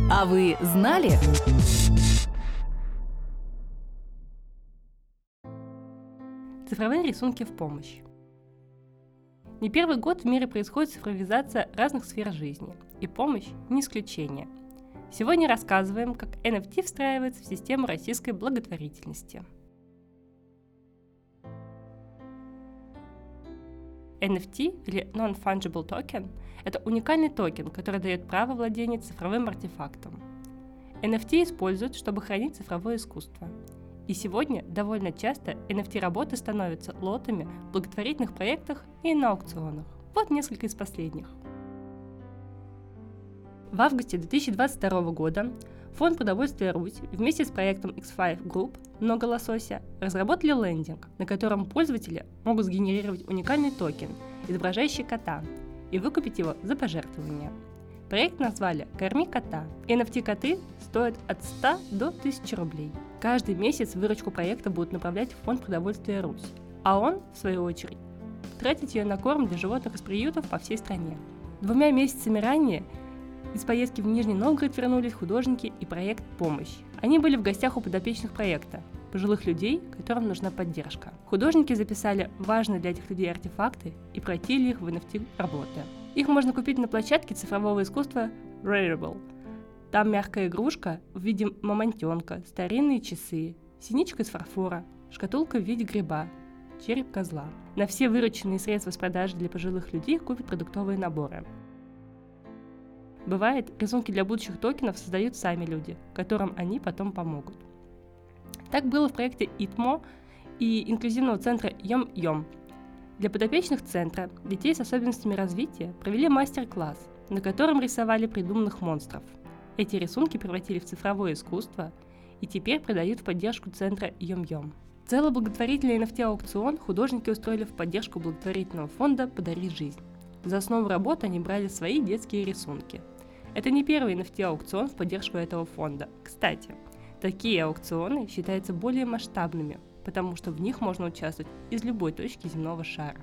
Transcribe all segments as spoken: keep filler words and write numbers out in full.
А вы знали? Цифровые рисунки в помощь. Не первый год в мире происходит цифровизация разных сфер жизни, и помощь не исключение. Сегодня рассказываем, как эн эф ти встраивается в систему российской благотворительности. эн эф ти, или Non-Fungible Token, это уникальный токен, который дает право владения цифровым артефактом. эн эф ти используют, чтобы хранить цифровое искусство. И сегодня довольно часто эн эф ти-работы становятся лотами в благотворительных проектах и на аукционах. Вот несколько из последних. В августе две тысячи двадцать второго года Фонд продовольствия Русь вместе с проектом икс пять Group «Много лосося» разработали лендинг, на котором пользователи могут сгенерировать уникальный токен, изображающий кота, и выкупить его за пожертвования. Проект назвали «Корми кота». эн эф ти-коты стоят от ста до тысячи рублей. Каждый месяц выручку проекта будут направлять в Фонд продовольствия Русь, а он, в свою очередь, тратит ее на корм для животных из приютов по всей стране. Двумя месяцами ранее из поездки в Нижний Новгород вернулись художники и проект «Помощь». Они были в гостях у подопечных проекта, пожилых людей, которым нужна поддержка. Художники записали важные для этих людей артефакты и превратили их в эн эф ти-работы. Их можно купить на площадке цифрового искусства Rarible. Там мягкая игрушка в виде мамонтенка, старинные часы, синичка из фарфора, шкатулка в виде гриба, череп козла. На все вырученные средства с продажи для пожилых людей купят продуктовые наборы. Бывает, рисунки для будущих токенов создают сами люди, которым они потом помогут. Так было в проекте ИТМО и инклюзивного центра Йом-Йом. Для подопечных центра детей с особенностями развития провели мастер-класс, на котором рисовали придуманных монстров. Эти рисунки превратили в цифровое искусство и теперь продают в поддержку центра Йом-Йом. Целый благотворительный эн эф ти-аукцион художники устроили в поддержку благотворительного фонда «Подари жизнь». За основу работы они брали свои детские рисунки. Это не первый эн эф ти-аукцион в поддержку этого фонда. Кстати, такие аукционы считаются более масштабными, потому что в них можно участвовать из любой точки земного шара.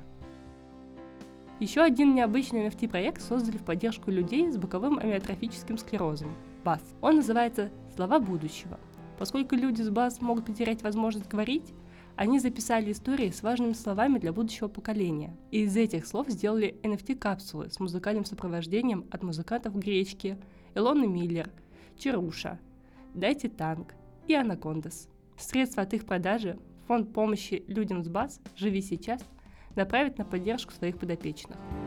Еще один необычный эн эф ти-проект создали в поддержку людей с боковым амиотрофическим склерозом – БАС. Он называется «Слова будущего». Поскольку люди с БАС могут потерять возможность говорить, они записали истории с важными словами для будущего поколения. И из этих слов сделали эн эф ти-капсулы с музыкальным сопровождением от музыкантов Гречки, Илоны Миллер, Чаруша, Дайте танк и Анакондас. Средства от их продажи Фонд помощи людям с БАС «Живи сейчас» направит на поддержку своих подопечных.